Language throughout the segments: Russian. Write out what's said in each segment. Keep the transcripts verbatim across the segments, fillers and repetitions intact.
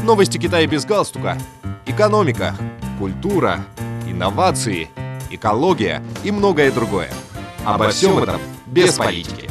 Новости Китая без галстука. Экономика, культура, инновации, экология и многое другое. Обо всем этом без политики.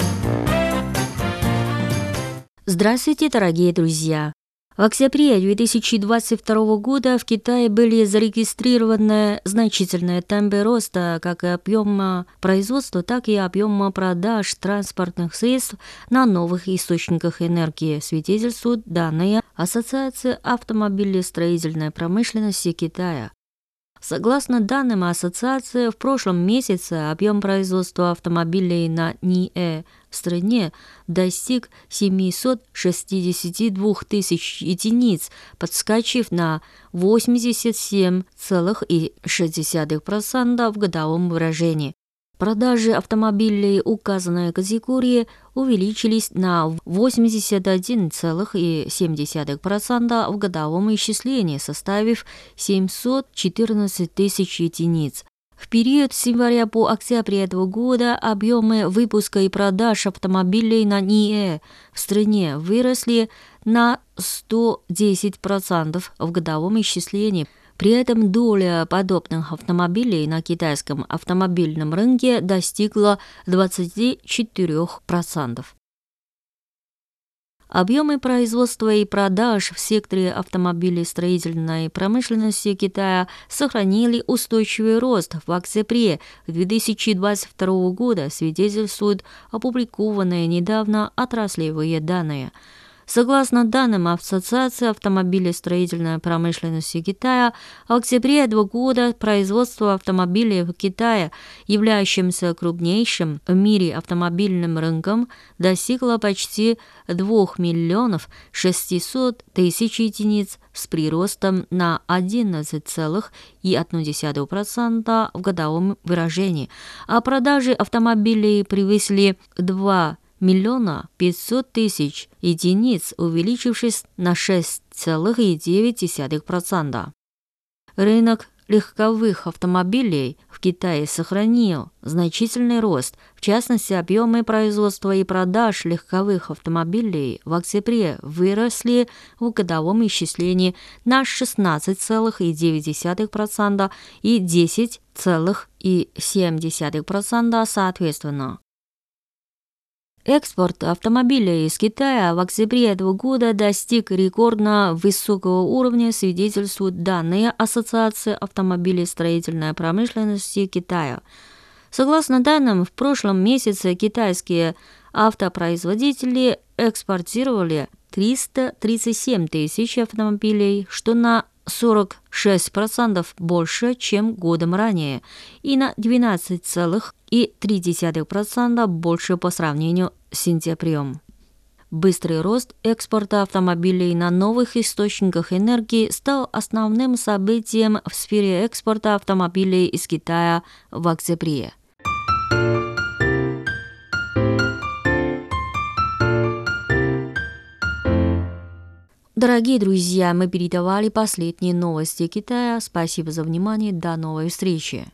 Здравствуйте, дорогие друзья! В октябре две тысячи двадцать второго года в Китае были зарегистрированы значительные темпы роста как объема производства, так и объема продаж транспортных средств на новых источниках энергии, свидетельствуют данные Ассоциации автомобилестроительной промышленности Китая. Согласно данным ассоциации, в прошлом месяце объем производства автомобилей на НИЭ в стране достиг семьсот шестьдесят два тысяч единиц, подскочив на восемьдесят семь целых шесть десятых процента в годовом выражении. Продажи автомобилей указанной категории увеличились на восемьдесят один целых семь десятых процента в годовом исчислении, составив семьсот четырнадцать тысяч единиц. В период с января по октябрь этого года объемы выпуска и продаж автомобилей на НИЭ в стране выросли на сто десять процентов в годовом исчислении. При этом доля подобных автомобилей на китайском автомобильном рынке достигла двадцати четырёх процентов. Объемы производства и продаж в секторе автомобилестроительной промышленности Китая сохранили устойчивый рост в октябре две тысячи двадцать второго года, свидетельствуют опубликованные недавно отраслевые данные. Согласно данным Ассоциации автомобилестроительной промышленности Китая, в октябре этого года производство автомобилей в Китае, являющимся крупнейшим в мире автомобильным рынком, достигло почти двух миллионов шестисот тысяч единиц с приростом на одиннадцать целых одну десятую процента в годовом выражении, а продажи автомобилей превысили два миллиона пятьсот тысяч единиц, увеличившись на шесть целых девять десятых процента. Рынок легковых автомобилей в Китае сохранил значительный рост. В частности, объемы производства и продаж легковых автомобилей в октябре выросли в годовом исчислении на шестнадцать целых девять десятых процента и десять целых семь десятых процента соответственно. Экспорт автомобилей из Китая в октябре этого года достиг рекордно высокого уровня, свидетельствуют данные Ассоциации автомобилестроительной промышленности Китая. Согласно данным, в прошлом месяце китайские автопроизводители экспортировали триста тридцать семь тысяч автомобилей, что на сорок шесть процентов больше, чем годом ранее, и на двенадцать целых три десятых процента больше по сравнению с сентябрем. Быстрый рост экспорта автомобилей на новых источниках энергии стал основным событием в сфере экспорта автомобилей из Китая в октябре. Дорогие друзья, мы передавали последние новости Китая. Спасибо за внимание. До новой встречи.